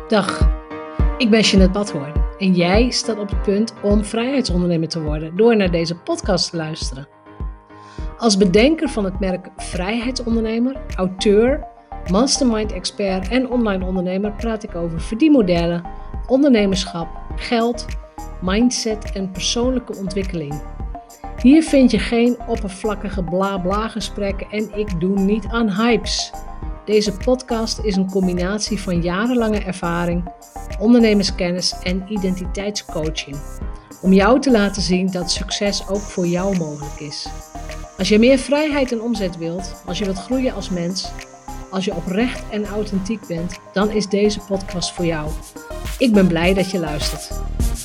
Dag, ik ben Jeanette Badhoorn en jij staat op het punt om vrijheidsondernemer te worden door naar deze podcast te luisteren. Als bedenker van het merk Vrijheidsondernemer, auteur, mastermind-expert en online ondernemer praat ik over verdienmodellen, ondernemerschap, geld, mindset en persoonlijke ontwikkeling. Hier vind je geen oppervlakkige bla-bla gesprekken en ik doe niet aan hypes. Deze podcast is een combinatie van jarenlange ervaring, ondernemerskennis en identiteitscoaching. Om jou te laten zien dat succes ook voor jou mogelijk is. Als je meer vrijheid en omzet wilt, als je wilt groeien als mens, als je oprecht en authentiek bent, dan is deze podcast voor jou. Ik ben blij dat je luistert.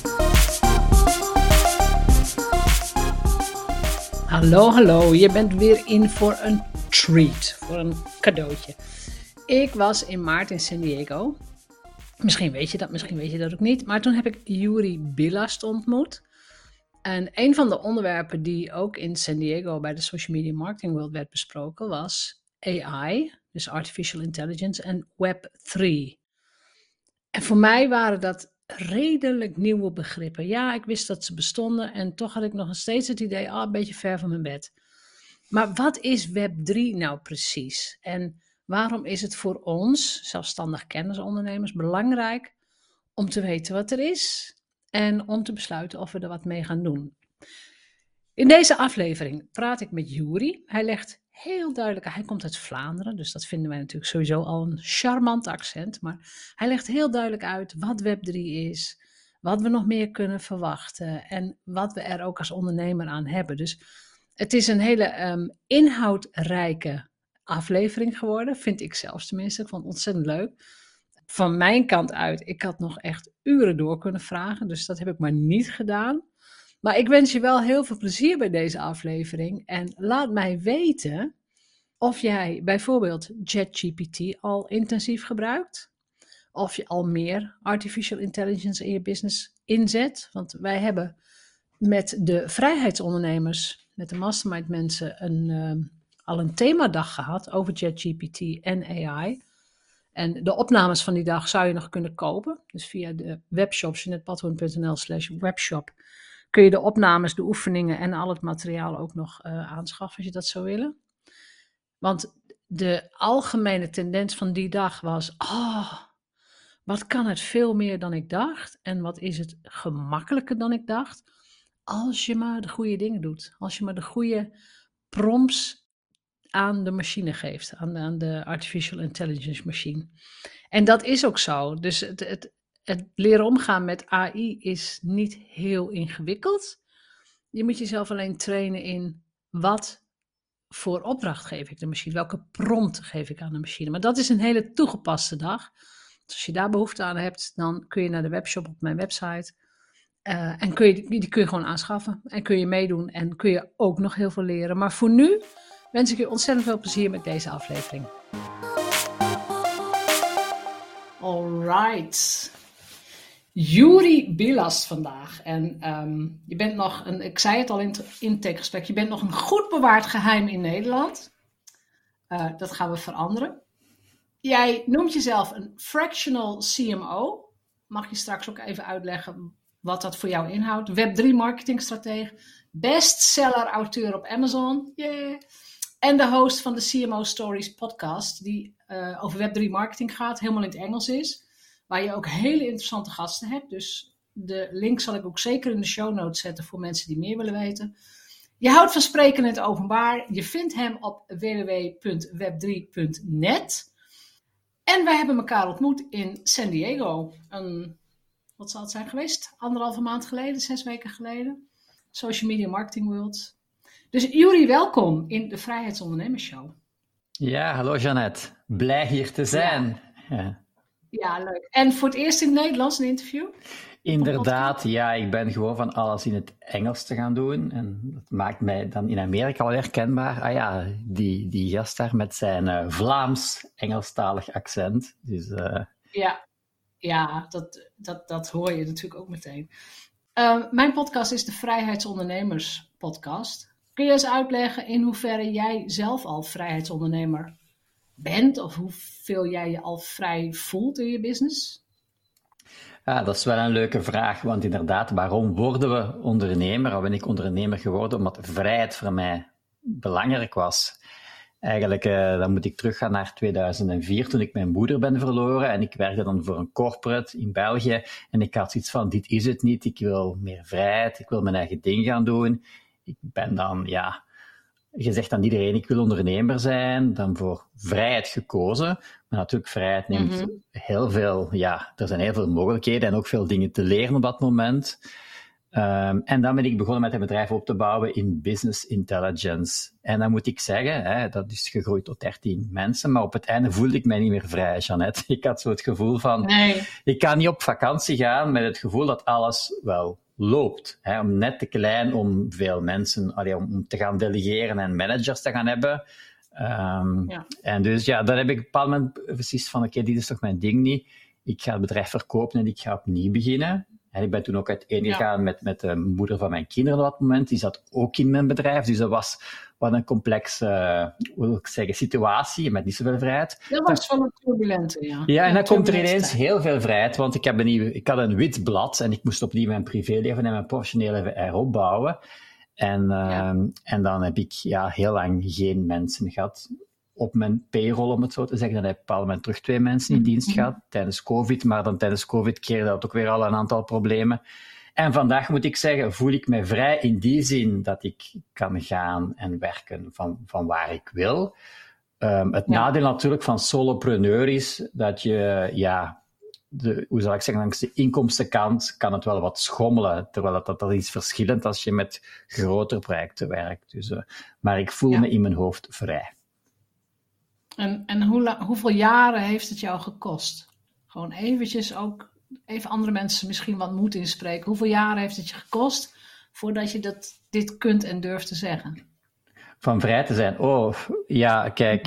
Hallo, je bent weer in voor een treat, voor een cadeautje. Ik was in maart in San Diego. Misschien weet je dat ook niet. Maar toen heb ik Yuri Bilast ontmoet. En een van de onderwerpen die ook in San Diego bij de Social Media Marketing World werd besproken was AI, dus Artificial Intelligence en Web3. En voor mij waren dat redelijk nieuwe begrippen. Ja, ik wist dat ze bestonden en toch had ik nog steeds het idee, een beetje ver van mijn bed. Maar wat is Web3 nou precies? En waarom is het voor ons, zelfstandig kennisondernemers, belangrijk om te weten wat er is en om te besluiten of we er wat mee gaan doen? In deze aflevering praat ik met Yuri. Hij legt heel duidelijk, hij komt uit Vlaanderen, dus dat vinden wij natuurlijk sowieso al een charmant accent. Maar hij legt heel duidelijk uit wat Web3 is, wat we nog meer kunnen verwachten en wat we er ook als ondernemer aan hebben. Dus het is een hele inhoudrijke aflevering geworden, vind ik zelfs tenminste. Ik vond het ontzettend leuk. Van mijn kant uit, ik had nog echt uren door kunnen vragen, dus dat heb ik maar niet gedaan. Maar ik wens je wel heel veel plezier bij deze aflevering en laat mij weten of jij bijvoorbeeld ChatGPT al intensief gebruikt. Of je al meer artificial intelligence in je business inzet. Want wij hebben met de vrijheidsondernemers, met de mastermind mensen, al een themadag gehad over ChatGPT en AI. En de opnames van die dag zou je nog kunnen kopen. Dus via de webshop, jeanettebadhoorn.nl/webshop, kun je de opnames, de oefeningen en al het materiaal ook nog aanschaffen als je dat zou willen. Want de algemene tendens van die dag was, wat kan het veel meer dan ik dacht en wat is het gemakkelijker dan ik dacht, als je maar de goede dingen doet. Als je maar de goede prompts aan de machine geeft, aan de artificial intelligence machine. En dat is ook zo. Dus het leren omgaan met AI is niet heel ingewikkeld. Je moet jezelf alleen trainen in wat voor opdracht geef ik de machine, welke prompt geef ik aan de machine. Maar dat is een hele toegepaste dag. Dus als je daar behoefte aan hebt, dan kun je naar de webshop op mijn website. En die kun je gewoon aanschaffen. En kun je meedoen en kun je ook nog heel veel leren. Maar voor nu wens ik je ontzettend veel plezier met deze aflevering. Alright. Yuri Bilast vandaag. En je bent nog, ik zei het al in het intakegesprek, je bent nog een goed bewaard geheim in Nederland. Dat gaan we veranderen. Jij noemt jezelf een fractional CMO. Mag je straks ook even uitleggen wat dat voor jou inhoudt. Web3 marketingstratege, bestseller auteur op Amazon. Yeah. En de host van de CMO Stories podcast, die over Web3 marketing gaat, helemaal in het Engels is. Waar je ook hele interessante gasten hebt. Dus de link zal ik ook zeker in de show notes zetten voor mensen die meer willen weten. Je houdt van spreken in het openbaar. Je vindt hem op www.web3.net. En wij hebben elkaar ontmoet in San Diego. Wat zal het zijn geweest? 1,5 maand geleden, 6 weken geleden. Social Media Marketing World. Dus Yuri, welkom in de Vrijheidsondernemersshow. Ja, hallo Jeanette. Blij hier te zijn. Ja, leuk. En voor het eerst in het Nederlands een interview? Inderdaad, ja, ik ben gewoon van alles in het Engels te gaan doen. En dat maakt mij dan in Amerika al herkenbaar. Die gast daar met zijn Vlaams-Engelstalig accent. Dus, Ja, dat hoor je natuurlijk ook meteen. Mijn podcast is de Vrijheidsondernemers podcast. Kun je eens uitleggen in hoeverre jij zelf al vrijheidsondernemer bent? Of hoeveel jij je al vrij voelt in je business? Ja, dat is wel een leuke vraag, want inderdaad, waarom worden we ondernemer? Of ben ik ondernemer geworden? Omdat vrijheid voor mij belangrijk was. Eigenlijk, dan moet ik teruggaan naar 2004, toen ik mijn moeder ben verloren. En ik werkte dan voor een corporate in België. En ik had zoiets van, dit is het niet. Ik wil meer vrijheid. Ik wil mijn eigen ding gaan doen. Ik ben dan, gezegd aan iedereen, ik wil ondernemer zijn. Dan voor vrijheid gekozen. Maar natuurlijk, vrijheid neemt heel veel, er zijn heel veel mogelijkheden en ook veel dingen te leren op dat moment. En dan ben ik begonnen met een bedrijf op te bouwen in business intelligence. En dan moet ik zeggen, dat is gegroeid tot 13 mensen, maar op het einde voelde ik mij niet meer vrij, Jeannette. Ik had zo het gevoel van, ik kan niet op vakantie gaan met het gevoel dat alles wel loopt. Om net te klein om veel mensen, om te gaan delegeren en managers te gaan hebben. En dus dan heb ik op een bepaald moment precies van, oké, dit is toch mijn ding niet. Ik ga het bedrijf verkopen en ik ga opnieuw beginnen. En ik ben toen ook uiteengegaan met de moeder van mijn kinderen op dat moment. Die zat ook in mijn bedrijf. Dus dat was wat een complexe situatie met niet zoveel vrijheid. Dat was van een turbulente, Ja, en dan komt er ineens heel veel vrijheid. Want ik had een wit blad en ik moest opnieuw mijn privéleven en mijn professionele leven erop bouwen. En dan heb ik heel lang geen mensen gehad op mijn payroll, om het zo te zeggen. Dan heb ik op een bepaald moment terug 2 mensen in dienst gehad tijdens COVID, maar dan tijdens COVID kreeg dat ook weer al een aantal problemen. En vandaag moet ik zeggen, voel ik mij vrij in die zin dat ik kan gaan en werken van waar ik wil. Het nadeel natuurlijk van solopreneur is dat je, hoe zal ik zeggen, langs de inkomstenkant kan het wel wat schommelen, terwijl dat is verschillend als je met grotere projecten werkt. Dus, maar ik voel me in mijn hoofd vrij. En hoeveel jaren heeft het jou gekost? Gewoon eventjes ook, even andere mensen misschien wat moed inspreken. Hoeveel jaren heeft het je gekost voordat je dit kunt en durft te zeggen? Van vrij te zijn? Oh, ja, kijk,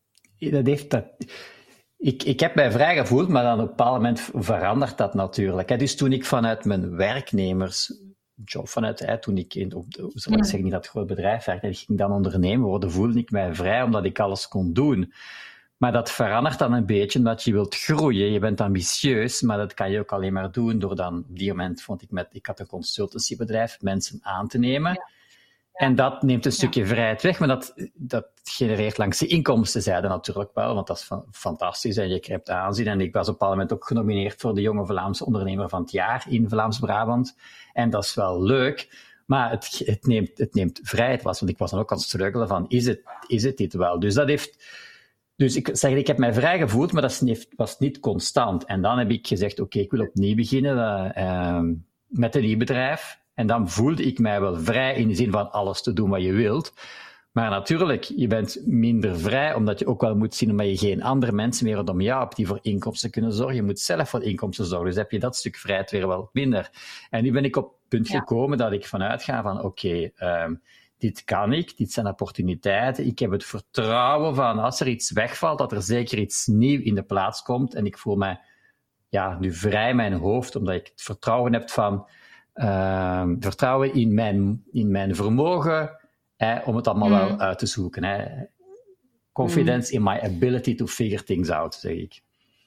ik heb mij vrij gevoeld, maar dan op een bepaald moment verandert dat natuurlijk. Dus toen ik vanuit mijn werknemersjob, toen ik in dat groot bedrijf werkte, en ik ging dan ondernemer worden, voelde ik mij vrij omdat ik alles kon doen. Maar dat verandert dan een beetje omdat je wilt groeien. Je bent ambitieus, maar dat kan je ook alleen maar doen door dan, op die moment ik had een consultancybedrijf, mensen aan te nemen. Ja. En dat neemt een stukje vrijheid weg, maar dat genereert langs de inkomstenzijde natuurlijk wel, want dat is fantastisch en je krijgt aanzien. En ik was op een bepaald moment ook genomineerd voor de Jonge Vlaamse Ondernemer van het Jaar in Vlaams-Brabant. En dat is wel leuk, maar het neemt vrijheid, want ik was dan ook aan het struggelen van, is het dit wel? Dus ik zeg, ik heb mij vrij gevoeld, maar dat was niet constant. En dan heb ik gezegd, oké, ik wil opnieuw beginnen met een nieuw bedrijf. En dan voelde ik mij wel vrij in de zin van alles te doen wat je wilt. Maar natuurlijk, je bent minder vrij, omdat je ook wel moet zien, omdat je geen andere mensen meer rondom jou hebt die voor inkomsten kunnen zorgen. Je moet zelf voor inkomsten zorgen. Dus heb je dat stuk vrijheid weer wel minder. En nu ben ik op het punt gekomen dat ik vanuit ga van, oké, dit kan ik, dit zijn opportuniteiten. Ik heb het vertrouwen van, als er iets wegvalt, dat er zeker iets nieuws in de plaats komt. En ik voel mij nu vrij in mijn hoofd, omdat ik het vertrouwen heb van vertrouwen in mijn vermogen om het allemaal wel uit te zoeken. Confidence in my ability to figure things out, zeg ik.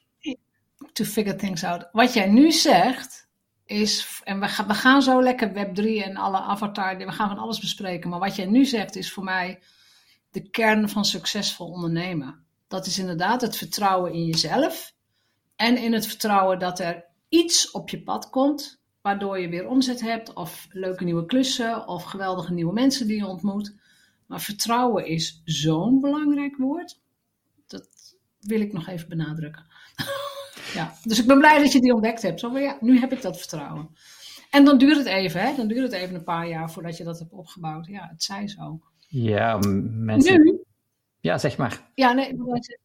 To figure things out. Wat jij nu zegt is, en we gaan zo lekker Web3 en alle avatar, we gaan van alles bespreken, maar wat jij nu zegt is voor mij de kern van succesvol ondernemen. Dat is inderdaad het vertrouwen in jezelf en in het vertrouwen dat er iets op je pad komt waardoor je weer omzet hebt, of leuke nieuwe klussen, of geweldige nieuwe mensen die je ontmoet. Maar vertrouwen is zo'n belangrijk woord. Dat wil ik nog even benadrukken. Dus ik ben blij dat je die ontdekt hebt. Zo van, nu heb ik dat vertrouwen. En dan duurt het even, Dan duurt het even een paar jaar voordat je dat hebt opgebouwd. Ja, het zij zo. Ja, mensen... Nu? Ja, zeg maar. Ja, nee.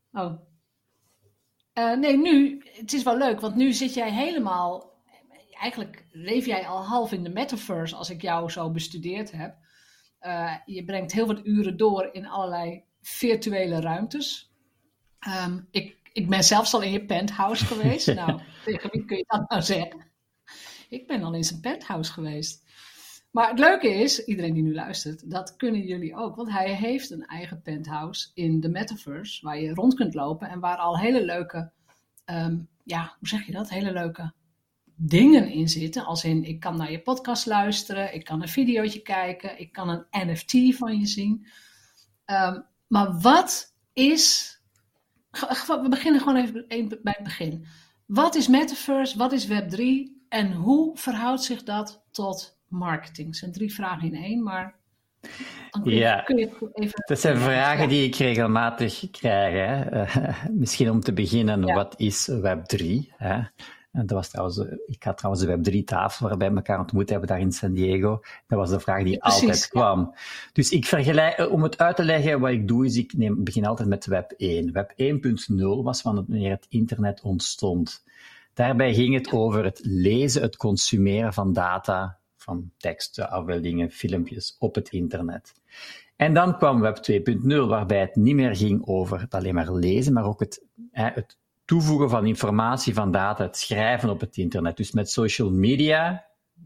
Nu, het is wel leuk, want nu zit jij helemaal... Eigenlijk leef jij al half in de metaverse als ik jou zo bestudeerd heb. Je brengt heel wat uren door in allerlei virtuele ruimtes. Ik ben zelfs al in je penthouse geweest. Nou, tegen wie kun je dat nou zeggen? Ik ben al in zijn penthouse geweest. Maar het leuke is, iedereen die nu luistert, dat kunnen jullie ook. Want hij heeft een eigen penthouse in de metaverse, waar je rond kunt lopen en waar al hele leuke, hoe zeg je dat? Hele leuke dingen in zitten. Als in, ik kan naar je podcast luisteren, ik kan een videootje kijken, ik kan een NFT van je zien. Maar wat is... We beginnen gewoon even bij het begin. Wat is Metaverse, wat is Web3 en hoe verhoudt zich dat tot marketing? Het zijn 3 vragen in 1, maar... Kun je even... Dat zijn vragen die ik regelmatig krijg. Hè. Misschien om te beginnen, wat is Web3? Hè? En dat was ik had trouwens de Web3-tafel waarbij we elkaar ontmoet hebben daar in San Diego. Dat was de vraag die altijd kwam. Dus ik vergelijk, om het uit te leggen, wat ik doe, is ik begin altijd met Web 1. Web 1.0 was wanneer het internet ontstond. Daarbij ging het over het lezen, het consumeren van data, van teksten, afbeeldingen, filmpjes op het internet. En dan kwam Web 2.0, waarbij het niet meer ging over het alleen maar lezen, maar ook het toevoegen van informatie, van data, het schrijven op het internet. Dus met social media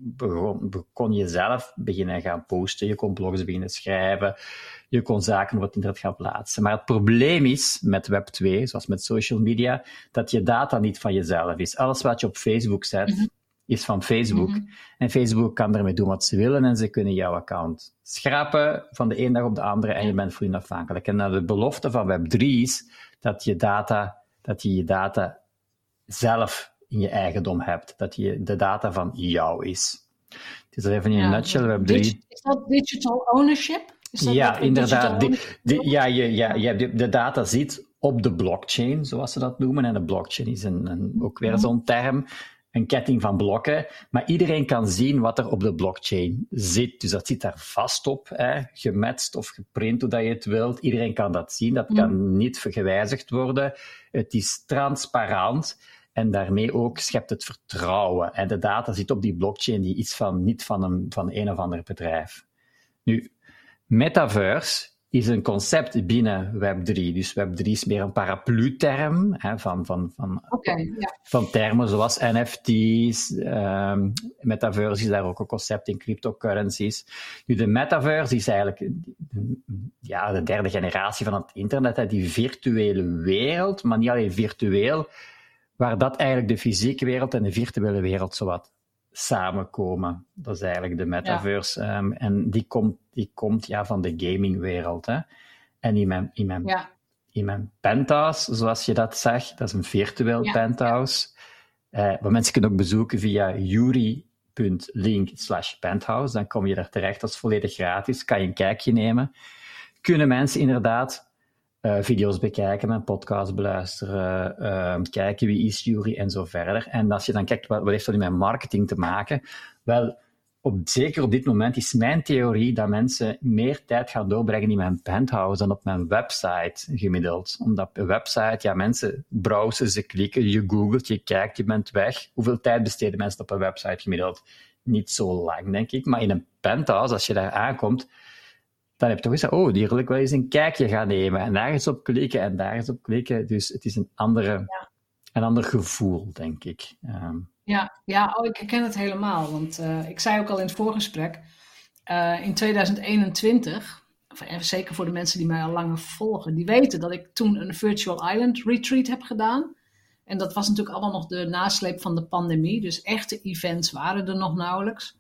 kon je zelf beginnen gaan posten, je kon blogs beginnen schrijven, je kon zaken op het internet gaan plaatsen. Maar het probleem is met Web 2, zoals met social media, dat je data niet van jezelf is. Alles wat je op Facebook zet, is van Facebook. En Facebook kan ermee doen wat ze willen en ze kunnen jouw account schrappen van de ene dag op de andere en je bent voor hun afhankelijk. En de belofte van Web 3 is dat je je data zelf in je eigendom hebt. Dat de data van jou is. Het is even in een nutshell, Web 3. Is dat digital ownership? Ja, inderdaad. De data zit op de blockchain, zoals ze dat noemen. En de blockchain is ook weer zo'n term. Een ketting van blokken, maar iedereen kan zien wat er op de blockchain zit. Dus dat zit daar vast op, gematcht of geprint, hoe dat je het wilt. Iedereen kan dat zien, dat kan niet gewijzigd worden. Het is transparant en daarmee ook schept het vertrouwen. En de data zit op die blockchain, die is niet van een of ander bedrijf. Nu, Metaverse is een concept binnen Web3. Dus Web3 is meer een paraplu-term van termen zoals NFT's. Metaverse is daar ook een concept in cryptocurrencies. Nu, de Metaverse is eigenlijk de derde generatie van het internet, die virtuele wereld, maar niet alleen virtueel, waar dat eigenlijk de fysieke wereld en de virtuele wereld zowat samenkomen. Dat is eigenlijk de Metaverse. En die komt van de gamingwereld. Hè. En in mijn penthouse, zoals je dat zegt, dat is een virtueel penthouse. Maar mensen kunnen ook bezoeken via yuri.link/penthouse. Dan kom je daar terecht, dat is volledig gratis. Kan je een kijkje nemen. Kunnen mensen inderdaad video's bekijken, een podcast beluisteren, kijken wie is Yuri en zo verder. En als je dan kijkt, wat heeft dat met marketing te maken? Wel, zeker op dit moment is mijn theorie dat mensen meer tijd gaan doorbrengen in mijn penthouse dan op mijn website gemiddeld. Omdat op een website, mensen browsen, ze klikken, je googelt, je kijkt, je bent weg. Hoeveel tijd besteden mensen op een website gemiddeld? Niet zo lang, denk ik. Maar in een penthouse, als je daar aankomt, dan heb je toch eens die wil ik wel eens een kijkje gaan nemen. En daar eens op klikken en daar eens op klikken. Dus het is een ander gevoel, denk ik. Ik herken het helemaal. Want ik zei ook al in het voorgesprek, in 2021, zeker voor de mensen die mij al langer volgen, die weten dat ik toen een Virtual Island Retreat heb gedaan. En dat was natuurlijk allemaal nog de nasleep van de pandemie. Dus echte events waren er nog nauwelijks.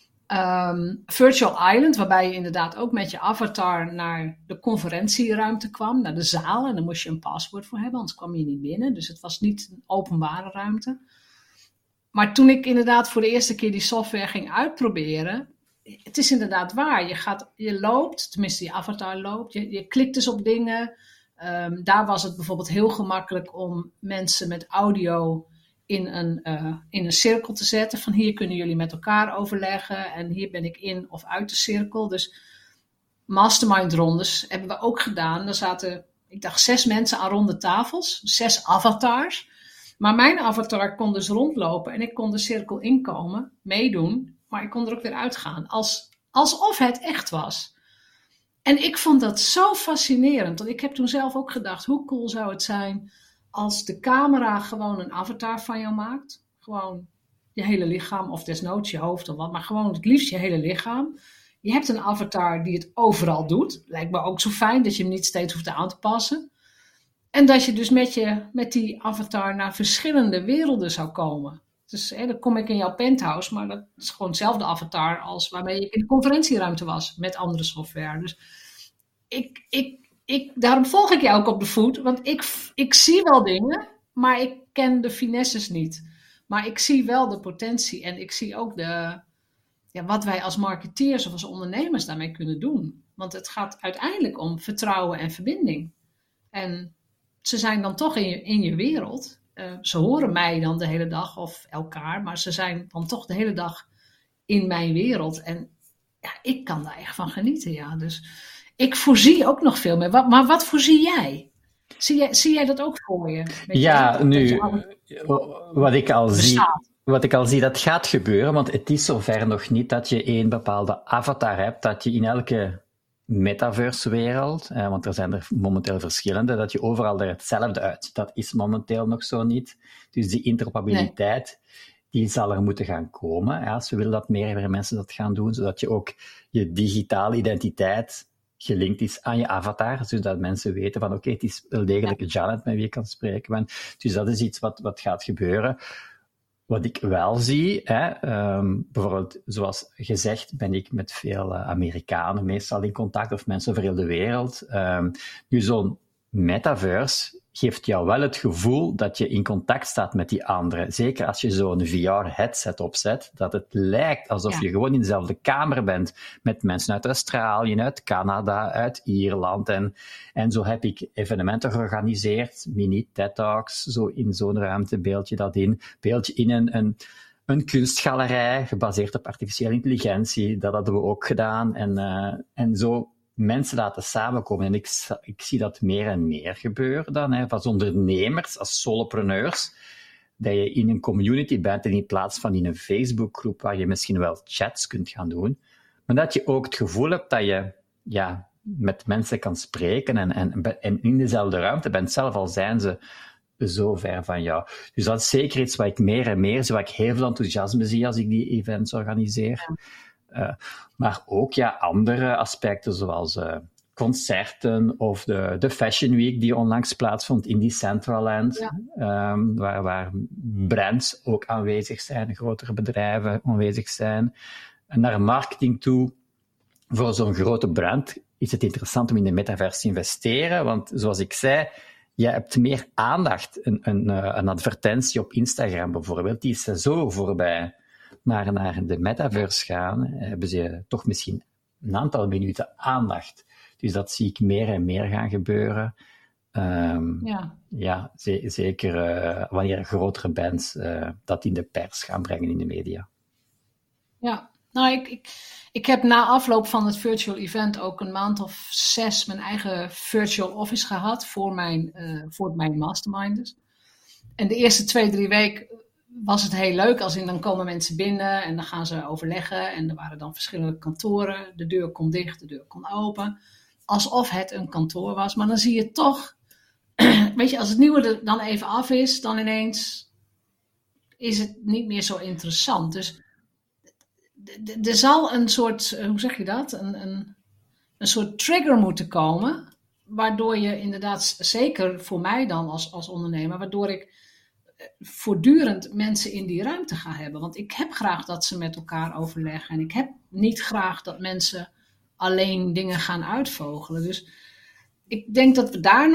Virtual Island, waarbij je inderdaad ook met je avatar naar de conferentieruimte kwam, naar de zaal. En daar moest je een paswoord voor hebben, anders kwam je niet binnen. Dus het was niet een openbare ruimte. Maar toen ik inderdaad voor de eerste keer die software ging uitproberen, het is inderdaad waar. Je loopt, tenminste je avatar loopt, je klikt dus op dingen. Daar was het bijvoorbeeld heel gemakkelijk om mensen met audio in een cirkel te zetten. Van hier kunnen jullie met elkaar overleggen en hier ben ik in of uit de cirkel. Dus mastermind rondes hebben we ook gedaan. Er zaten, ik dacht, 6 mensen aan ronde tafels, 6 avatars. Maar mijn avatar kon dus rondlopen en ik kon de cirkel inkomen, meedoen, maar ik kon er ook weer uitgaan. Alsof het echt was. En ik vond dat zo fascinerend. Want ik heb toen zelf ook gedacht, hoe cool zou het zijn als de camera gewoon een avatar van jou maakt. Gewoon je hele lichaam, of desnoods je hoofd of wat, maar gewoon het liefst je hele lichaam. Je hebt een avatar die het overal doet. Lijkt me ook zo fijn dat je hem niet steeds hoeft aan te passen. En dat je dus met die avatar naar verschillende werelden zou komen. Dus dan kom ik in jouw penthouse, maar dat is gewoon hetzelfde avatar als waarmee ik in de conferentieruimte was met andere software. Dus daarom volg ik jou ook op de voet, want ik zie wel dingen, maar ik ken de finesses niet. Maar ik zie wel de potentie en ik zie ook wat wij als marketeers of als ondernemers daarmee kunnen doen. Want het gaat uiteindelijk om vertrouwen en verbinding. En ze zijn dan toch in je wereld. Ze horen mij dan de hele dag of elkaar, maar ze zijn dan toch de hele dag in mijn wereld. En ja, ik kan daar echt van genieten, ja. Dus ik voorzie ook nog veel meer. Maar wat voorzie jij? Zie jij dat ook voor je? Ja, nu, wat ik al zie, dat gaat gebeuren, want het is zover nog niet dat je één bepaalde avatar hebt, dat je in elke metaverse-wereld, want er zijn er momenteel verschillende, dat je overal er hetzelfde uitziet. Dat is momenteel nog zo niet. Dus die interoperabiliteit, die zal er moeten gaan komen, als we willen dat meer mensen dat gaan doen, zodat je ook je digitale identiteit gelinkt is aan je avatar, zodat mensen weten van oké, het is wel degelijk Janet met wie je kan spreken. Dus dat is iets wat gaat gebeuren. Wat ik wel zie, bijvoorbeeld, zoals gezegd, ben ik met veel Amerikanen meestal in contact, of mensen over heel de wereld. Nu, zo'n metaverse geeft jou wel het gevoel dat je in contact staat met die anderen. Zeker als je zo'n VR-headset opzet, dat het lijkt alsof je gewoon in dezelfde kamer bent met mensen uit Australië, uit Canada, uit Ierland. En zo heb ik evenementen georganiseerd, mini-TED-talks, zo in zo'n ruimte, beeld je dat in. Beeld je in een kunstgalerij, gebaseerd op artificiële intelligentie. Dat hadden we ook gedaan. En zo mensen laten samenkomen. En ik zie dat meer en meer gebeuren dan. Als ondernemers, als solopreneurs, dat je in een community bent en in plaats van in een Facebookgroep waar je misschien wel chats kunt gaan doen, maar dat je ook het gevoel hebt dat je met mensen kan spreken en in dezelfde ruimte bent, zelf al zijn ze zo ver van jou. Dus dat is zeker iets wat ik meer en meer zie, wat ik heel veel enthousiasme zie als ik die events organiseer. Maar ook andere aspecten zoals concerten of de Fashion Week die onlangs plaatsvond in Decentraland, waar brands ook aanwezig zijn, grotere bedrijven aanwezig zijn. En naar marketing toe, voor zo'n grote brand is het interessant om in de metaverse te investeren, want zoals ik zei, je hebt meer aandacht. Een advertentie op Instagram bijvoorbeeld, die is zo voorbij. Naar de metaverse gaan, hebben ze toch misschien een aantal minuten aandacht. Dus dat zie ik meer en meer gaan gebeuren. Zeker wanneer grotere bands dat in de pers gaan brengen in de media. Ja, nou ik heb na afloop van het virtual event ook een maand of 6 mijn eigen virtual office gehad voor mijn masterminders. En de eerste 2-3 weken was het heel leuk, dan komen mensen binnen en dan gaan ze overleggen en er waren dan verschillende kantoren. De deur kon dicht, de deur kon open. Alsof het een kantoor was. Maar dan zie je toch, weet je, als het nieuwe er dan even af is, dan ineens is het niet meer zo interessant. Dus er zal een soort, hoe zeg je dat? Een soort trigger moeten komen, waardoor je inderdaad, zeker voor mij dan als ondernemer, waardoor ik voortdurend mensen in die ruimte ga hebben. Want ik heb graag dat ze met elkaar overleggen. En ik heb niet graag dat mensen alleen dingen gaan uitvogelen. Dus ik denk dat we daar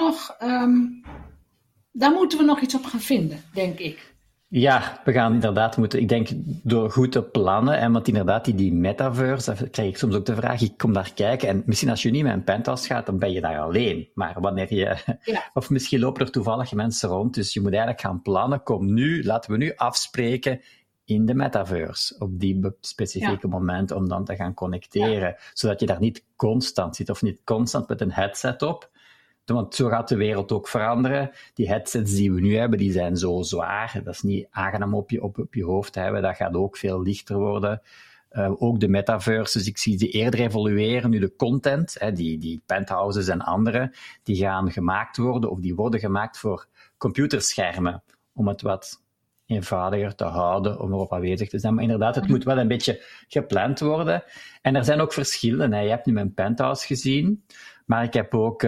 moeten we nog iets op gaan vinden, denk ik. Ja, we gaan inderdaad moeten, ik denk, door goed te plannen, want inderdaad, die metaverse, daar krijg ik soms ook de vraag, ik kom daar kijken, en misschien als je niet met een penthouse gaat, dan ben je daar alleen. Maar wanneer of misschien lopen er toevallig mensen rond, dus je moet eigenlijk gaan plannen, laten we nu afspreken in de metaverse, op die specifieke moment, om dan te gaan connecteren, zodat je daar niet constant zit, of niet constant met een headset op. Want zo gaat de wereld ook veranderen. Die headsets die we nu hebben, die zijn zo zwaar. Dat is niet aangenaam op je hoofd te hebben. Dat gaat ook veel lichter worden. Ook de metaverse, dus ik zie die eerder evolueren. Nu de content, die penthouses en andere, die gaan gemaakt worden, of die worden gemaakt voor computerschermen. Om het wat eenvoudiger te houden, om erop aanwezig te zijn. Maar inderdaad, het moet wel een beetje gepland worden. En er zijn ook verschillen. Je hebt nu mijn penthouse gezien, maar ik heb ook...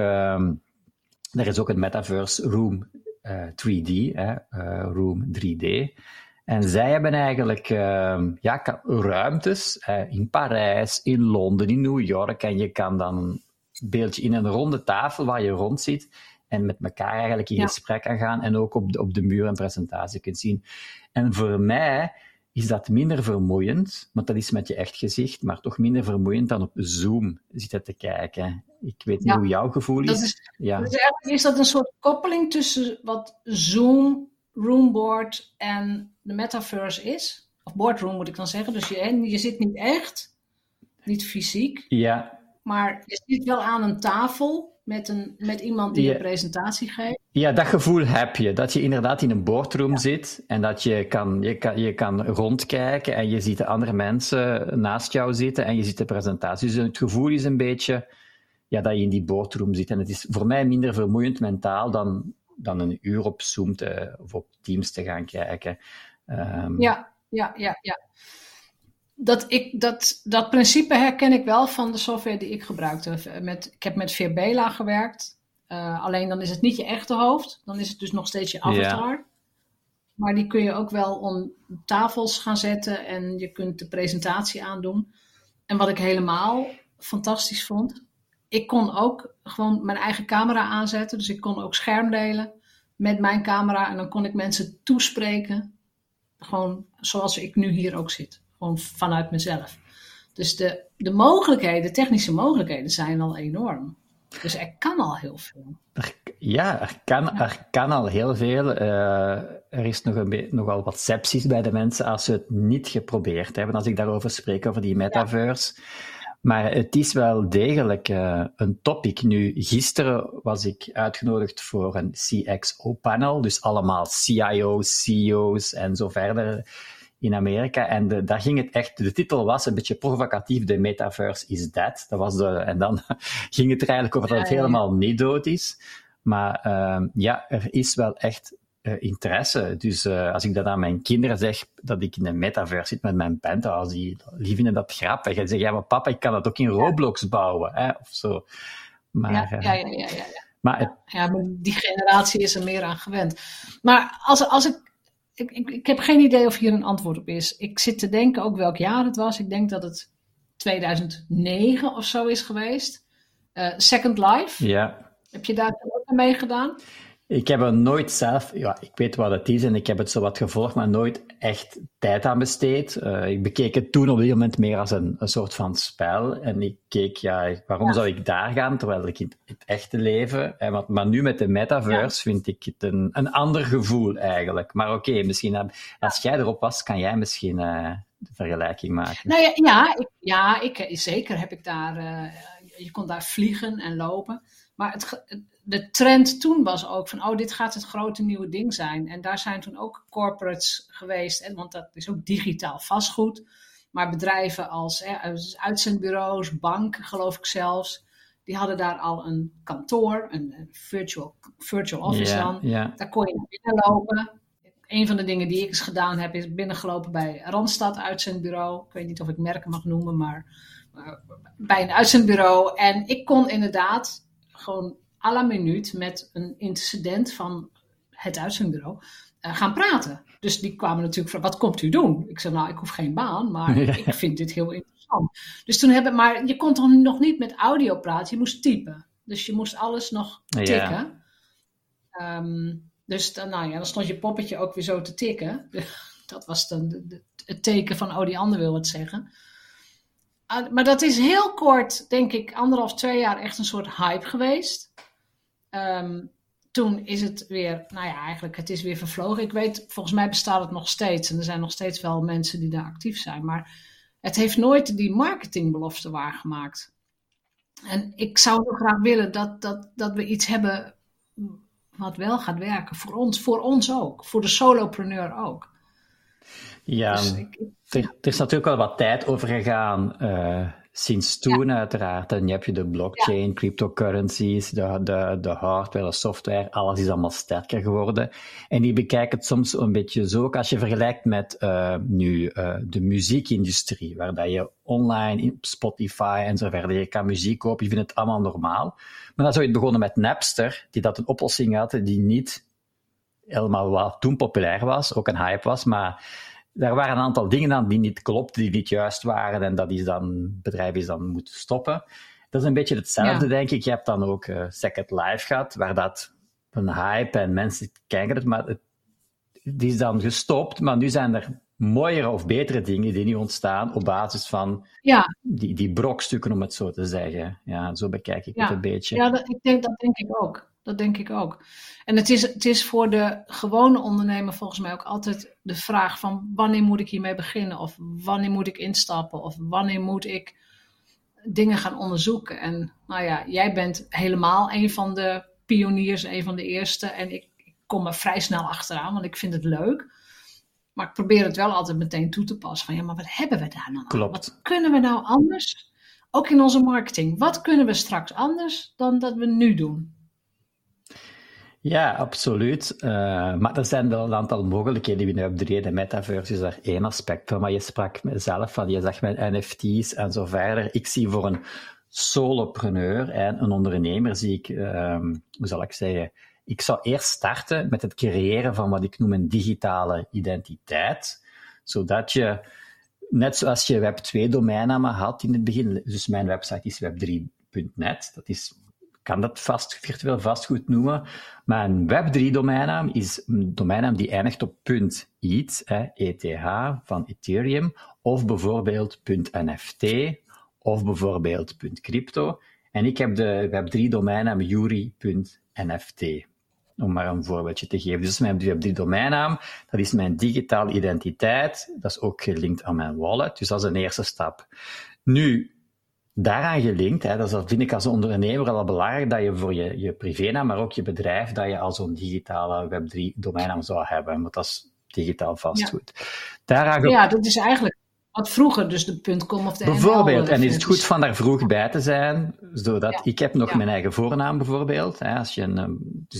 er is ook een metaverse Room 3D, Room 3D. En zij hebben eigenlijk ruimtes in Parijs, in Londen, in New York. En je kan dan een beeldje in een ronde tafel waar je rond zit en met elkaar eigenlijk in gesprek kan gaan en ook op de muur een presentatie kunt zien. En voor mij is dat minder vermoeiend, want dat is met je echt gezicht, maar toch minder vermoeiend dan op Zoom zitten te kijken. Ik weet niet hoe jouw gevoel is. Dus eigenlijk is dat een soort koppeling tussen wat Zoom, Roomboard en de metaverse is. Of boardroom moet ik dan zeggen. Dus je zit niet echt, niet fysiek. Ja. Maar je zit wel aan een tafel met iemand die een presentatie geeft. Ja, dat gevoel heb je. Dat je inderdaad in een boardroom zit en dat je kan rondkijken en je ziet de andere mensen naast jou zitten en je ziet de presentatie. Dus het gevoel is een beetje dat je in die boardroom zit. En het is voor mij minder vermoeiend mentaal dan een uur op Zoom of op Teams te gaan kijken. Ja. Dat principe herken ik wel van de software die ik gebruikte. Ik heb met Verbela gewerkt. Alleen dan is het niet je echte hoofd. Dan is het dus nog steeds je avatar. Ja. Maar die kun je ook wel om tafels gaan zetten. En je kunt de presentatie aandoen. En wat ik helemaal fantastisch vond. Ik kon ook gewoon mijn eigen camera aanzetten. Dus ik kon ook scherm delen met mijn camera. En dan kon ik mensen toespreken. Gewoon zoals ik nu hier ook zit. Gewoon vanuit mezelf. Dus de mogelijkheden, de technische mogelijkheden zijn al enorm. Dus er kan al heel veel. Er kan al heel veel. Er is nogal wat sepsis bij de mensen als ze het niet geprobeerd hebben. Als ik daarover spreek, over die metaverse. Ja. Maar het is wel degelijk een topic. Nu, gisteren was ik uitgenodigd voor een CXO-panel. Dus allemaal CIO's, CEO's en zo verder in Amerika. En daar ging het echt, de titel was een beetje provocatief, The Metaverse is Dead. En dan ging het er eigenlijk over dat het helemaal niet dood is. Maar er is wel echt interesse. Dus als ik dat aan mijn kinderen zeg, dat ik in de metaverse zit met mijn penthouse, die vinden dat grappig. En zeggen, maar papa, ik kan dat ook in Roblox bouwen, hè, of zo. Maar, Maar die generatie is er meer aan gewend. Maar als ik heb geen idee of hier een antwoord op is. Ik zit te denken ook welk jaar het was. Ik denk dat het 2009 of zo is geweest. Second Life. Ja. Heb je daar ook aan meegedaan? Ik heb er nooit zelf... Ja, ik weet wat het is en ik heb het zo wat gevolgd, maar nooit echt tijd aan besteed. Ik bekeek het toen op dit moment meer als een soort van spel. En ik keek, waarom zou ik daar gaan, terwijl ik in het echte leven... Maar nu met de metaverse vind ik het een ander gevoel eigenlijk. Maar oké, misschien als jij erop was, kan jij misschien de vergelijking maken. Nou zeker heb ik daar... je kon daar vliegen en lopen. Maar de trend toen was ook van, dit gaat het grote nieuwe ding zijn. En daar zijn toen ook corporates geweest, want dat is ook digitaal vastgoed. Maar bedrijven als uitzendbureaus, banken geloof ik zelfs, die hadden daar al een kantoor, een virtual office dan. Yeah. Daar kon je naar binnen lopen. Een van de dingen die ik eens gedaan heb, is binnengelopen bij Randstad uitzendbureau. Ik weet niet of ik merken mag noemen, maar bij een uitzendbureau. En ik kon inderdaad gewoon à la minuut met een intercedent van het uitzendbureau gaan praten. Dus die kwamen natuurlijk van, wat komt u doen? Ik zei, ik hoef geen baan, maar ik vind dit heel interessant. Dus toen maar je kon toch nog niet met audio praten, je moest typen. Dus je moest alles nog tikken. Dus dan stond je poppetje ook weer zo te tikken. Dat was dan het teken van, die ander wil wat zeggen. Maar dat is heel kort, denk ik, 1,5-2 jaar echt een soort hype geweest. Toen is het weer, eigenlijk, het is weer vervlogen. Ik weet, volgens mij bestaat het nog steeds. En er zijn nog steeds wel mensen die daar actief zijn. Maar het heeft nooit die marketingbelofte waargemaakt. En ik zou heel graag willen dat we iets hebben wat wel gaat werken. Voor ons ook. Voor de solopreneur ook. Ja, dus er is natuurlijk wel wat tijd over gegaan sinds toen uiteraard. En je hebt de blockchain, cryptocurrencies, de hardware, de software, alles is allemaal sterker geworden. En ik bekijk het soms een beetje zo, ook als je vergelijkt met de muziekindustrie, waar dat je online op Spotify en zo verder, je kan muziek kopen, je vindt het allemaal normaal. Maar dan zou je het begonnen met Napster, die dat een oplossing had, die niet helemaal wat toen populair was, ook een hype was, maar er waren een aantal dingen aan die niet klopten, die niet juist waren en dat het bedrijf is dan moeten stoppen. Dat is een beetje hetzelfde, denk ik. Je hebt dan ook Second Life gehad, waar dat een hype en mensen kijken het, maar die is dan gestopt, maar nu zijn er mooiere of betere dingen die nu ontstaan op basis van die brokstukken, om het zo te zeggen. Ja, zo bekijk ik het een beetje. Ja, dat denk ik ook. Dat denk ik ook. En het is voor de gewone ondernemer volgens mij ook altijd de vraag van wanneer moet ik hiermee beginnen? Of wanneer moet ik instappen? Of wanneer moet ik dingen gaan onderzoeken? En nou ja, jij bent helemaal een van de pioniers, een van de eerste. En ik kom er vrij snel achteraan, want ik vind het leuk. Maar ik probeer het wel altijd meteen toe te passen. Van ja, maar wat hebben we daar nou? Klopt. Wat kunnen we nou anders? Ook in onze marketing. Wat kunnen we straks anders dan dat we nu doen? Ja, absoluut. Maar er zijn wel een aantal mogelijkheden binnen Web3. De metaverse is daar één aspect van. Maar je sprak zelf van, je zegt met NFT's en zo verder. Ik zie voor een solopreneur en een ondernemer, zie ik, hoe zal ik zeggen, ik zou eerst starten met het creëren van wat ik noem een digitale identiteit. Zodat je, net zoals je Web2-domeinnamen had in het begin, dus mijn website is web3.net, kan dat virtueel vastgoed noemen, maar een Web3-domeinnaam is een domeinnaam die eindigt op .eth, ETH, van Ethereum, of bijvoorbeeld .nft, of bijvoorbeeld .crypto. En ik heb de Web3-domeinnaam Yuri.nft, om maar een voorbeeldje te geven. Dus mijn Web3-domeinnaam, dat is mijn digitale identiteit, dat is ook gelinkt aan mijn wallet, dus dat is een eerste stap. Nu, daaraan gelinkt, dat vind ik als ondernemer al belangrijk, dat je voor je privénaam, maar ook je bedrijf, dat je al zo'n digitale Web3-domeinnaam zou hebben, want dat is digitaal vastgoed. Ja, dat is eigenlijk wat vroeger, dus de .com of de bijvoorbeeld, en is het goed van daar vroeg bij te zijn, zodat ik heb nog mijn eigen voornaam bijvoorbeeld, als je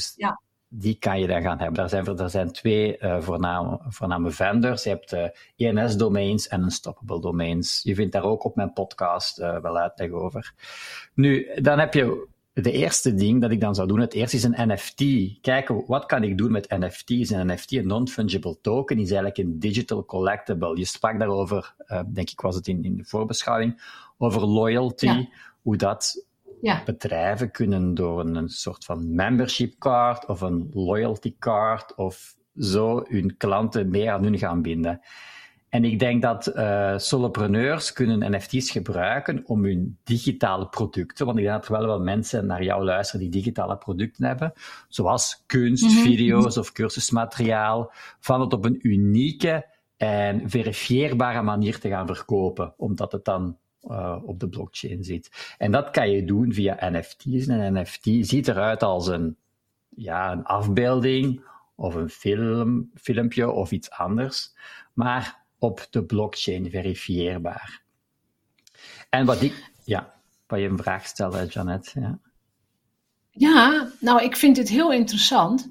die kan je dan gaan hebben. Er zijn twee voorname vendors. Je hebt ENS-domains en Unstoppable domains. Je vindt daar ook op mijn podcast wel uitleg over. Nu, dan heb je de eerste ding dat ik dan zou doen. Het eerste is een NFT. Kijken, wat kan ik doen met NFT's? Een NFT, een non-fungible token, is eigenlijk een digital collectible. Je sprak daarover, denk ik was het in de voorbeschouwing, over loyalty, hoe dat bedrijven kunnen door een soort van membership card of een loyalty card of zo hun klanten meer aan hun gaan binden. En ik denk dat solopreneurs kunnen NFT's gebruiken om hun digitale producten, want ik denk dat er wel mensen naar jou luisteren die digitale producten hebben, zoals kunst, video's of cursusmateriaal, van het op een unieke en verifieerbare manier te gaan verkopen, omdat het dan op de blockchain zit. En dat kan je doen via NFT's. En een NFT ziet eruit als een afbeelding of een filmpje of iets anders, maar op de blockchain verifieerbaar. En wat je een vraag stelde, Jeannette. Ja, nou, ik vind dit heel interessant.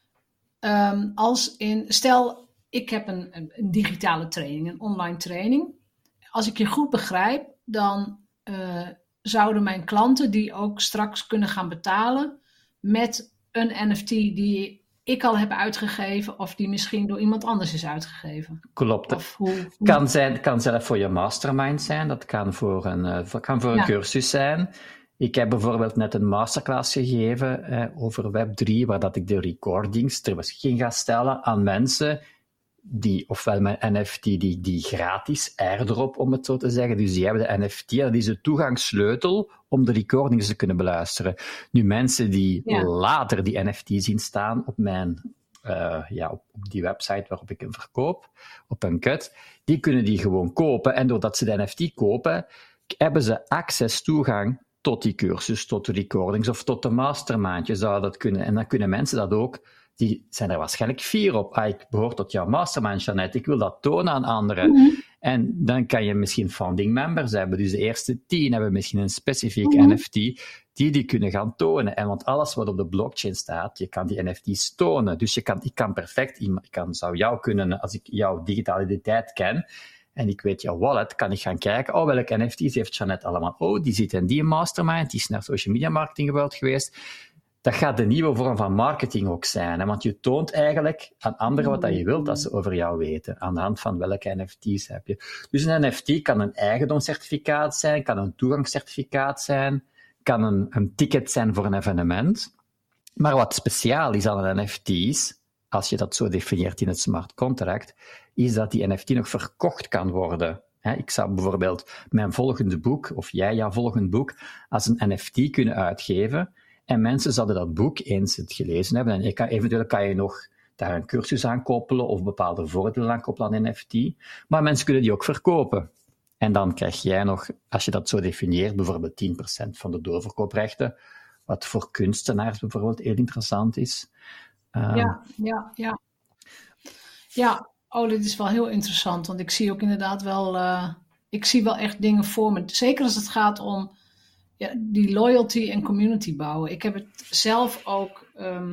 Stel, ik heb een digitale training, een online training. Als ik je goed begrijp, dan zouden mijn klanten die ook straks kunnen gaan betalen met een NFT die ik al heb uitgegeven of die misschien door iemand anders is uitgegeven. Klopt. Kan zelf voor je mastermind zijn, dat kan voor een cursus zijn. Ik heb bijvoorbeeld net een masterclass gegeven over Web3, waar dat ik de recordings ter beschikking ga stellen aan mensen die, ofwel mijn NFT, die gratis airdrop, om het zo te zeggen. Dus die hebben de NFT, dat is de toegangssleutel om de recordings te kunnen beluisteren. Nu, mensen die later die NFT zien staan op mijn, op die website waarop ik hem verkoop, op Uncut, die kunnen die gewoon kopen. En doordat ze de NFT kopen, hebben ze toegang tot die cursus, tot de recordings of tot de mastermind. Je zou dat kunnen. En dan kunnen mensen dat ook, die zijn er waarschijnlijk fier op. Ik behoor tot jouw mastermind, Jeannette. Ik wil dat tonen aan anderen. En dan kan je misschien founding members hebben. Dus de eerste 10 hebben misschien een specifiek NFT die kunnen gaan tonen. En want alles wat op de blockchain staat, je kan die NFT's tonen. Dus ik kan perfect, zou jou kunnen, als ik jouw digitale identiteit ken, en ik weet jouw wallet, kan ik gaan kijken, welke NFT's heeft Jeannette allemaal? Die zit in die mastermind, die is naar Social Media Marketing World geweest. dat gaat de nieuwe vorm van marketing ook zijn. Hè? Want je toont eigenlijk aan anderen wat dat je wilt dat ze over jou weten. Aan de hand van welke NFT's heb je. Dus een NFT kan een eigendomscertificaat zijn, kan een toegangscertificaat zijn, kan een ticket zijn voor een evenement. Maar wat speciaal is aan een NFT's, als je dat zo definieert in het smart contract, is dat die NFT nog verkocht kan worden. Ik zou bijvoorbeeld mijn volgende boek, of jij jouw volgende boek, als een NFT kunnen uitgeven. En mensen zouden dat boek, eens het gelezen hebben, en eventueel kan je nog daar een cursus aan koppelen of bepaalde voordelen aan koppelen aan NFT. Maar mensen kunnen die ook verkopen. En dan krijg jij nog, als je dat zo definieert, bijvoorbeeld 10% van de doorverkooprechten, wat voor kunstenaars bijvoorbeeld heel interessant is. Ja, dit is wel heel interessant, want ik zie ook inderdaad wel, ik zie wel echt dingen voor me. Zeker als het gaat om die loyalty en community bouwen. Ik heb het zelf ook,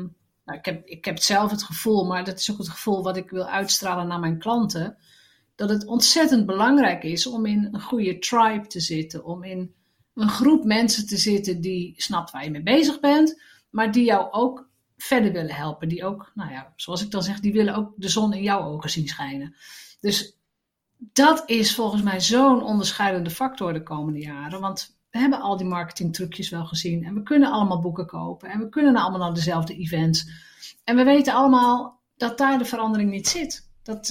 ik heb zelf het gevoel, maar dat is ook het gevoel wat ik wil uitstralen naar mijn klanten, dat het ontzettend belangrijk is om in een goede tribe te zitten, om in een groep mensen te zitten die snapt waar je mee bezig bent, maar die jou ook verder willen helpen. Die ook, zoals ik dan zeg, die willen ook de zon in jouw ogen zien schijnen. Dus dat is volgens mij zo'n onderscheidende factor de komende jaren. Want we hebben al die marketingtrucjes wel gezien. En we kunnen allemaal boeken kopen. En we kunnen allemaal naar dezelfde events. En we weten allemaal dat daar de verandering niet zit.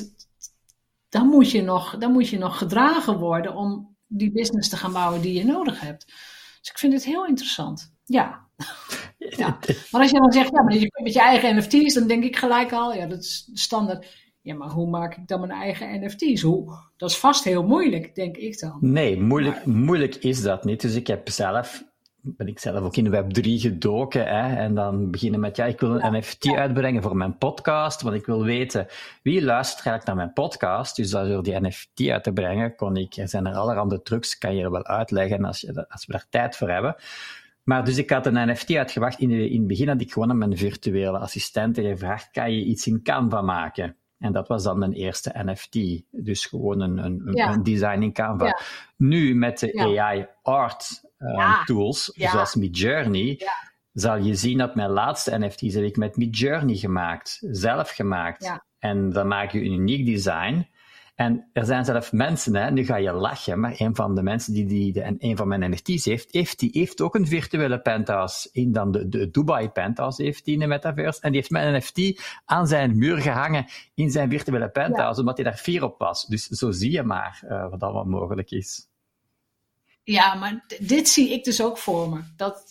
Dan moet je nog gedragen worden om die business te gaan bouwen die je nodig hebt. Dus ik vind het heel interessant. Ja. Maar als je dan zegt, maar je kunt met je eigen NFT's, dan denk ik gelijk al, dat is standaard. Ja, maar hoe maak ik dan mijn eigen NFT's? Dat is vast heel moeilijk, denk ik dan. Nee, moeilijk is dat niet. Dus ben ik zelf ook in Web3 gedoken. En dan beginnen met, ik wil een NFT uitbrengen voor mijn podcast, want ik wil weten wie luistert eigenlijk naar mijn podcast. Dus door die NFT uit te brengen, er zijn er allerhande trucs, kan je er wel uitleggen als we daar tijd voor hebben. Maar dus ik had een NFT uitgebracht. In het begin had ik gewoon aan mijn virtuele assistenten gevraagd, kan je iets in Canva maken? En dat was dan mijn eerste NFT. Dus gewoon een design in Canva. Ja. Nu met de AI art tools, zoals Midjourney, zal je zien dat mijn laatste NFT's heb ik met Midjourney zelf gemaakt. Ja. En dan maak je een uniek design. En er zijn zelfs mensen, nu ga je lachen, maar een van de mensen die een van mijn NFT's heeft ook een virtuele penthouse. De Dubai penthouse heeft die in de metaverse. En die heeft mijn NFT aan zijn muur gehangen in zijn virtuele penthouse, omdat hij daar fier op was. Dus zo zie je maar wat allemaal mogelijk is. Ja, maar dit zie ik dus ook voor me.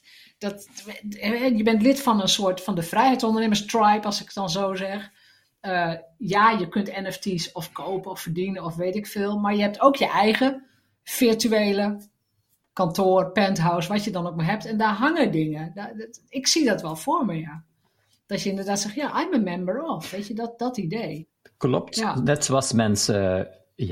Je bent lid van een soort van de vrijheidsondernemers tribe, als ik het dan zo zeg. Je kunt NFT's of kopen of verdienen of weet ik veel. Maar je hebt ook je eigen virtuele kantoor, penthouse, wat je dan ook maar hebt. En daar hangen dingen. Ik zie dat wel voor me, ja. Dat je inderdaad zegt, I'm a member of. Weet je, dat idee. Klopt. Ja. Net zoals mensen,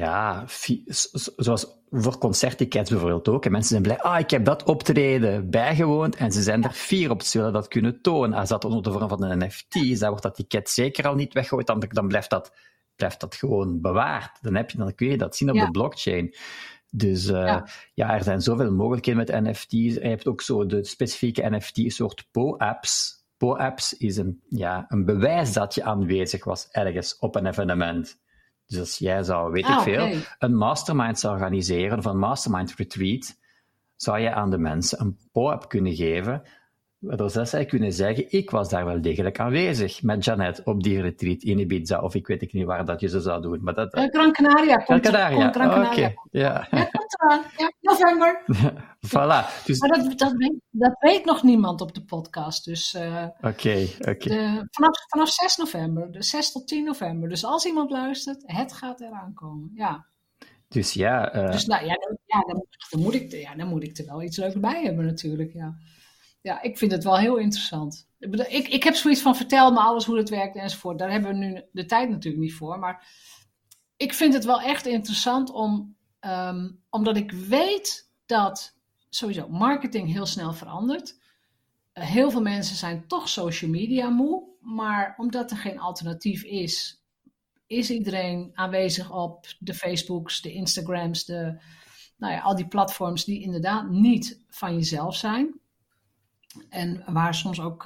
zoals voor concerttickets bijvoorbeeld ook. En mensen zijn blij, ik heb dat optreden bijgewoond en ze zijn er fier op. Ze willen dat kunnen tonen. Als dat onder de vorm van een NFT is, dan wordt dat ticket zeker al niet weggegooid. Dan blijft dat gewoon bewaard. Dan kun je dat zien op de blockchain. Dus er zijn zoveel mogelijkheden met NFT's. En je hebt ook zo de specifieke NFT-soort POAPs. POAPs is een bewijs dat je aanwezig was ergens op een evenement. Dus als jij zou, een mastermind zou organiseren of een mastermind retreat, zou je aan de mensen een POAP kunnen geven, waardoor zij kunnen zeggen, ik was daar wel degelijk aanwezig met Jeannette op die retreat in Ibiza, of ik weet niet waar dat je ze zou doen. Maar Gran Canaria. Gran Canaria, oké. Ja, komt eraan. Ja, november. Voilà. Dus... Maar dat weet nog niemand op de podcast. Dus Oké. Vanaf 6 november, dus 6 tot 10 november. Dus als iemand luistert, het gaat eraan komen. Ja. Dus dan moet ik er wel iets leuks bij hebben natuurlijk, ja. Ja, ik vind het wel heel interessant. Ik heb zoiets van, vertel me alles hoe het werkt enzovoort. Daar hebben we nu de tijd natuurlijk niet voor. Maar ik vind het wel echt interessant omdat ik weet dat sowieso marketing heel snel verandert. Heel veel mensen zijn toch social media moe. Maar omdat er geen alternatief is iedereen aanwezig op de Facebooks, de Instagrams, al die platforms die inderdaad niet van jezelf zijn. En waar soms ook,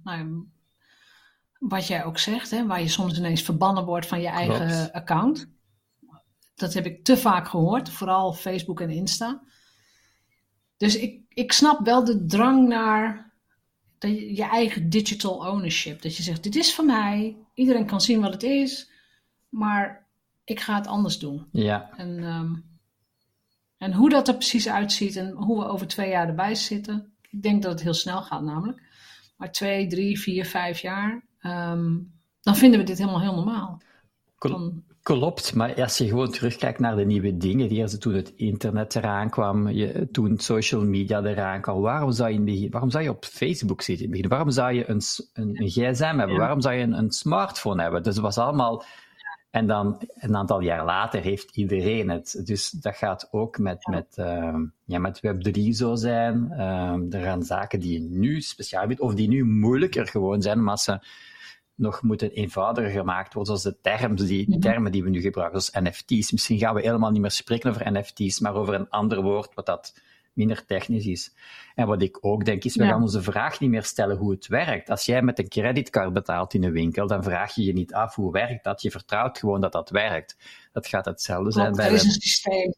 wat jij ook zegt, hè, waar je soms ineens verbannen wordt van je eigen account. Dat heb ik te vaak gehoord, vooral Facebook en Insta. Dus ik snap wel de drang naar je eigen digital ownership. Dat je zegt, dit is van mij, iedereen kan zien wat het is, maar ik ga het anders doen. Ja. En hoe dat er precies uitziet en hoe we over 2 jaar erbij zitten, ik denk dat het heel snel gaat namelijk. Maar 2, 3, 4, 5 jaar, dan vinden we dit helemaal heel normaal. Klopt, maar als je gewoon terugkijkt naar de nieuwe dingen die er toen het internet eraan kwam, toen social media eraan kwam, waarom zou je op Facebook zitten in het begin? Waarom zou je een gsm hebben? Waarom zou je een smartphone hebben? Dus het was allemaal... En dan een aantal jaar later heeft iedereen het. Dus dat gaat ook met Web3 zo zijn. Er gaan zaken die nu speciaal bieden, of die nu moeilijker gewoon zijn, maar ze nog moeten eenvoudiger gemaakt worden, zoals de termen die we nu gebruiken, zoals NFT's. Misschien gaan we helemaal niet meer spreken over NFT's, maar over een ander woord, wat dat minder technisch is. En wat ik ook denk is, we gaan onze vraag niet meer stellen hoe het werkt. Als jij met een creditcard betaalt in een winkel, dan vraag je je niet af hoe werkt dat. Je vertrouwt gewoon dat dat werkt. Dat gaat hetzelfde zijn bij... Er is een systeem.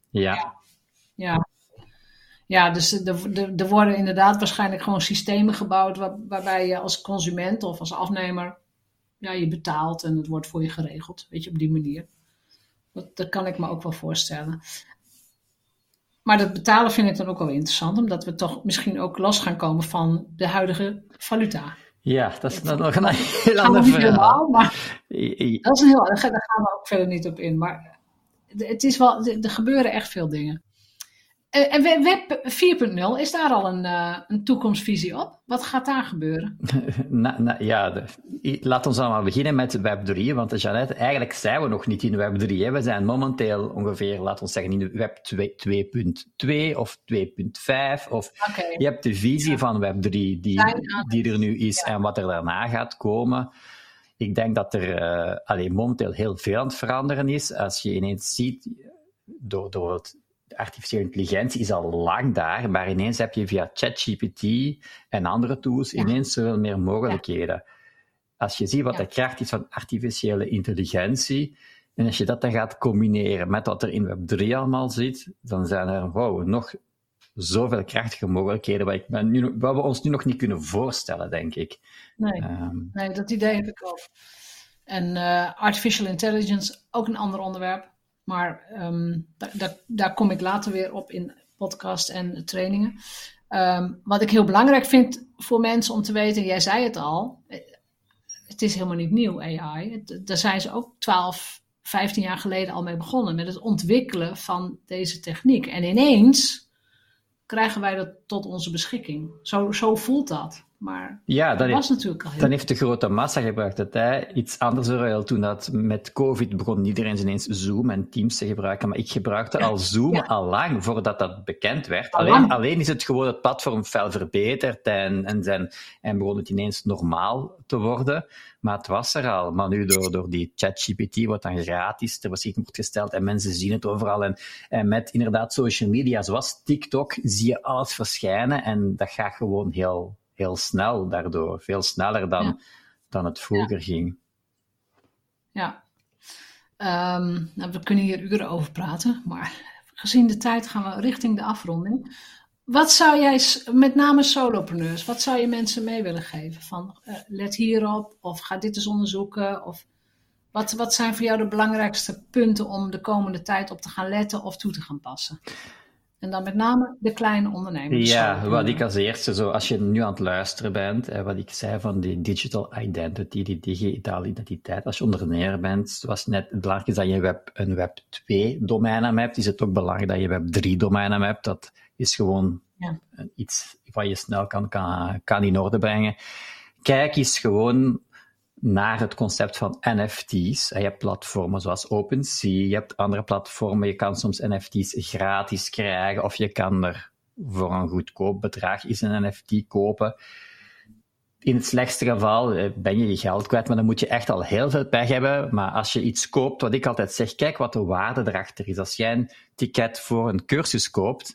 Ja, dus er worden inderdaad waarschijnlijk gewoon systemen gebouwd waarbij je als consument of als afnemer je betaalt en het wordt voor je geregeld. Weet je, op die manier. Dat kan ik me ook wel voorstellen. Maar dat betalen vind ik dan ook wel interessant, omdat we toch misschien ook los gaan komen van de huidige valuta. Ja, dat is nog een heel ander verhaal. Maar dat is daar gaan we ook verder niet op in. Maar het is wel, er gebeuren echt veel dingen. En Web 4.0, is daar al een toekomstvisie op? Wat gaat daar gebeuren? Laat ons dan maar beginnen met Web 3, want Jeannette, eigenlijk zijn we nog niet in Web 3. Hè. We zijn momenteel ongeveer, laten we zeggen, in de Web 2.2 of 2.5. Je hebt de visie van Web 3 die er nu is en wat er daarna gaat komen. Ik denk dat er momenteel heel veel aan het veranderen is. Als je ineens ziet, door het artificiële intelligentie is al lang daar, maar ineens heb je via ChatGPT en andere tools ineens zoveel meer mogelijkheden. Als je ziet wat de kracht is van artificiële intelligentie, en als je dat dan gaat combineren met wat er in Web 3 allemaal zit, dan zijn er nog zoveel krachtige mogelijkheden wat we ons nu nog niet kunnen voorstellen, denk ik. Nee, dat idee heb ik ook. En artificial intelligence, ook een ander onderwerp. Maar daar kom ik later weer op in podcast en trainingen. Wat ik heel belangrijk vind voor mensen om te weten, jij zei het al, het is helemaal niet nieuw, AI. Daar zijn ze ook 12, 15 jaar geleden al mee begonnen met het ontwikkelen van deze techniek. En ineens krijgen wij dat tot onze beschikking. Zo voelt dat. Maar dat was natuurlijk al heel... Dan heeft de grote massa gebruikt het. Iets anders wel. Toen dat met COVID begon iedereen ineens Zoom en Teams te gebruiken. Maar ik gebruikte al Zoom al lang voordat dat bekend werd. Alleen is het gewoon het platform fel verbeterd en begon het ineens normaal te worden. Maar het was er al. Maar nu door die ChatGPT, wat dan gratis ter beschikking wordt gesteld en mensen zien het overal. En met inderdaad social media, zoals TikTok, zie je alles verschijnen en dat gaat gewoon heel snel daardoor. Veel sneller dan het vroeger ging. Ja. We kunnen hier uren over praten, maar gezien de tijd gaan we richting de afronding. Wat zou jij, met name solopreneurs, wat zou je mensen mee willen geven? Van let hierop, of ga dit eens onderzoeken, of wat zijn voor jou de belangrijkste punten om de komende tijd op te gaan letten of toe te gaan passen? En dan met name de kleine ondernemers. Ja, wat ik als eerste, als je nu aan het luisteren bent, wat ik zei van die digital identity, die digitale identiteit, als je ondernemer bent, zoals net het belangrijk is dat je een Web 2 domeinnaam hebt, is het ook belangrijk dat je Web 3 domeinnaam hebt. Dat is gewoon iets wat je snel kan in orde brengen. Kijk eens gewoon naar het concept van NFT's. Je hebt platformen zoals OpenSea, je hebt andere platformen, je kan soms NFT's gratis krijgen, of je kan er voor een goedkoop bedrag eens een NFT kopen. In het slechtste geval ben je je geld kwijt, maar dan moet je echt al heel veel pech hebben. Maar als je iets koopt, wat ik altijd zeg, kijk wat de waarde erachter is. Als jij een ticket voor een cursus koopt,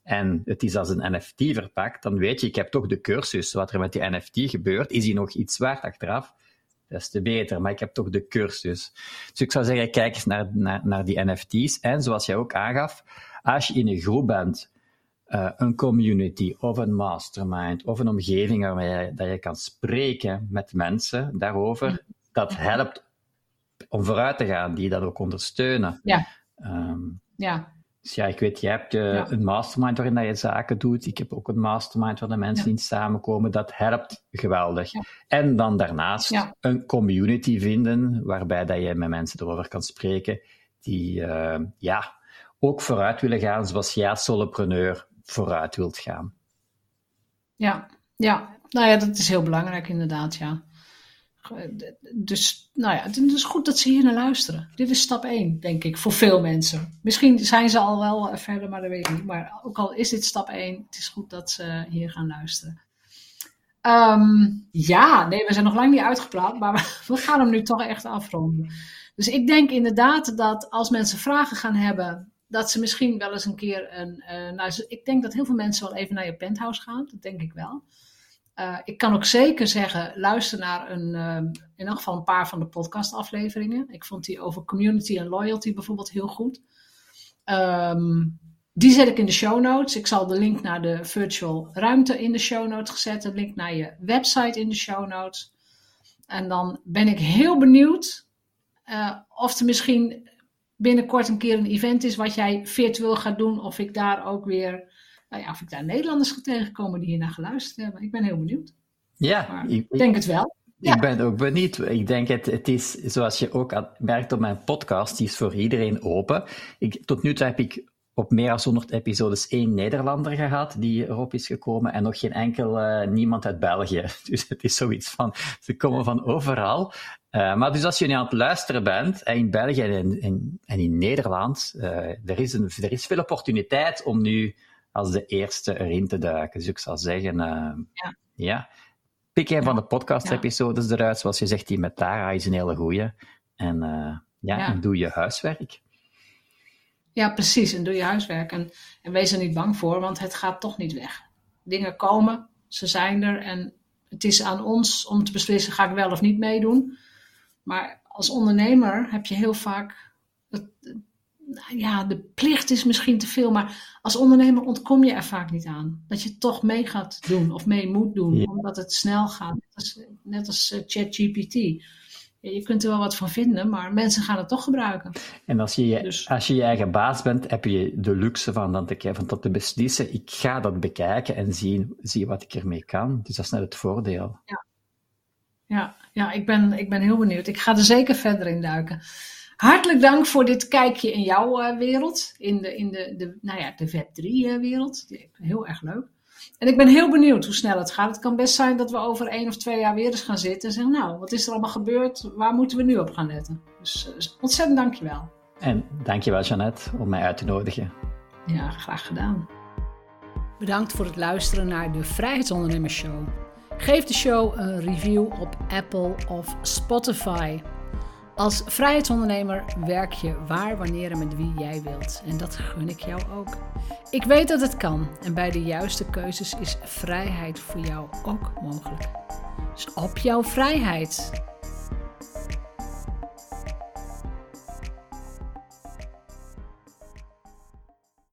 en het is als een NFT verpakt, dan weet je, ik heb toch de cursus. Wat er met die NFT gebeurt, is die nog iets waard achteraf? Des te beter, maar ik heb toch de cursus. Dus ik zou zeggen, kijk eens naar die NFT's. En zoals jij ook aangaf, als je in een groep bent, een community of een mastermind of een omgeving waarmee dat je kan spreken met mensen daarover, dat helpt om vooruit te gaan, die dat ook ondersteunen. Ja. Ja. Dus ja, ik weet, jij hebt een mastermind waarin dat je zaken doet. Ik heb ook een mastermind waar de mensen in samenkomen. Dat helpt geweldig. Ja. En dan daarnaast een community vinden waarbij dat je met mensen erover kan spreken die ook vooruit willen gaan zoals jij als solopreneur vooruit wilt gaan. Ja, nou ja, dat is heel belangrijk inderdaad, ja. Dus, nou ja, het is goed dat ze hier naar luisteren. Dit is stap 1, denk ik, voor veel mensen. Misschien zijn ze al wel verder, maar dat weet ik niet. Maar ook al is dit stap 1, het is goed dat ze hier gaan luisteren. We zijn nog lang niet uitgepraat, maar we gaan hem nu toch echt afronden. Dus ik denk inderdaad dat als mensen vragen gaan hebben, dat ze misschien wel eens een keer ik denk dat heel veel mensen wel even naar je penthouse gaan. Dat denk ik wel. Ik kan ook zeker zeggen, luister naar in elk geval een paar van de podcastafleveringen. Ik vond die over community en loyalty bijvoorbeeld heel goed. Die zet ik in de show notes. Ik zal de link naar de virtual ruimte in de show notes gezet. De link naar je website in de show notes. En dan ben ik heel benieuwd of er misschien binnenkort een keer een event is wat jij virtueel gaat doen. Of ik daar ook weer... of ik daar Nederlanders ga tegenkomen die hier naar geluisterd hebben. Ik ben heel benieuwd. Ja. Ik denk het wel. Ik ben ook benieuwd. Ik denk het is, zoals je ook merkt op mijn podcast, die is voor iedereen open. Tot nu toe heb ik op meer dan 100 episodes 1 Nederlander gehad die erop is gekomen en nog geen enkel niemand uit België. Dus het is zoiets van, ze komen van overal. Maar dus als je nu aan het luisteren bent, in België en in Nederland, er is veel opportuniteit om nu als de eerste erin te duiken. Dus ik zou zeggen, pik een van de podcast-episodes eruit. Zoals je zegt, die met Tara is een hele goeie. En doe je huiswerk. Ja, precies. En doe je huiswerk. En wees er niet bang voor, want het gaat toch niet weg. Dingen komen, ze zijn er. En het is aan ons om te beslissen, ga ik wel of niet meedoen. Maar als ondernemer heb je heel vaak... de plicht is misschien te veel, maar als ondernemer ontkom je er vaak niet aan. Dat je het toch mee gaat doen of mee moet doen, omdat het snel gaat. Net als ChatGPT. Je kunt er wel wat van vinden, maar mensen gaan het toch gebruiken. En als je je eigen baas bent, heb je de luxe van te beslissen, ik ga dat bekijken en zien wat ik ermee kan. Dus dat is net het voordeel. Ja, ik ben heel benieuwd. Ik ga er zeker verder in duiken. Hartelijk dank voor dit kijkje in jouw wereld, in de Web3-wereld. Heel erg leuk. En ik ben heel benieuwd hoe snel het gaat. Het kan best zijn dat we over 1 of 2 jaar weer eens gaan zitten en zeggen, nou, wat is er allemaal gebeurd? Waar moeten we nu op gaan letten? Dus ontzettend dankjewel. En dankjewel, Jeannette, om mij uit te nodigen. Ja, graag gedaan. Bedankt voor het luisteren naar de Vrijheidsondernemers Show. Geef de show een review op Apple of Spotify. Als vrijheidsondernemer werk je waar, wanneer en met wie jij wilt. En dat gun ik jou ook. Ik weet dat het kan. En bij de juiste keuzes is vrijheid voor jou ook mogelijk. Dus op jouw vrijheid.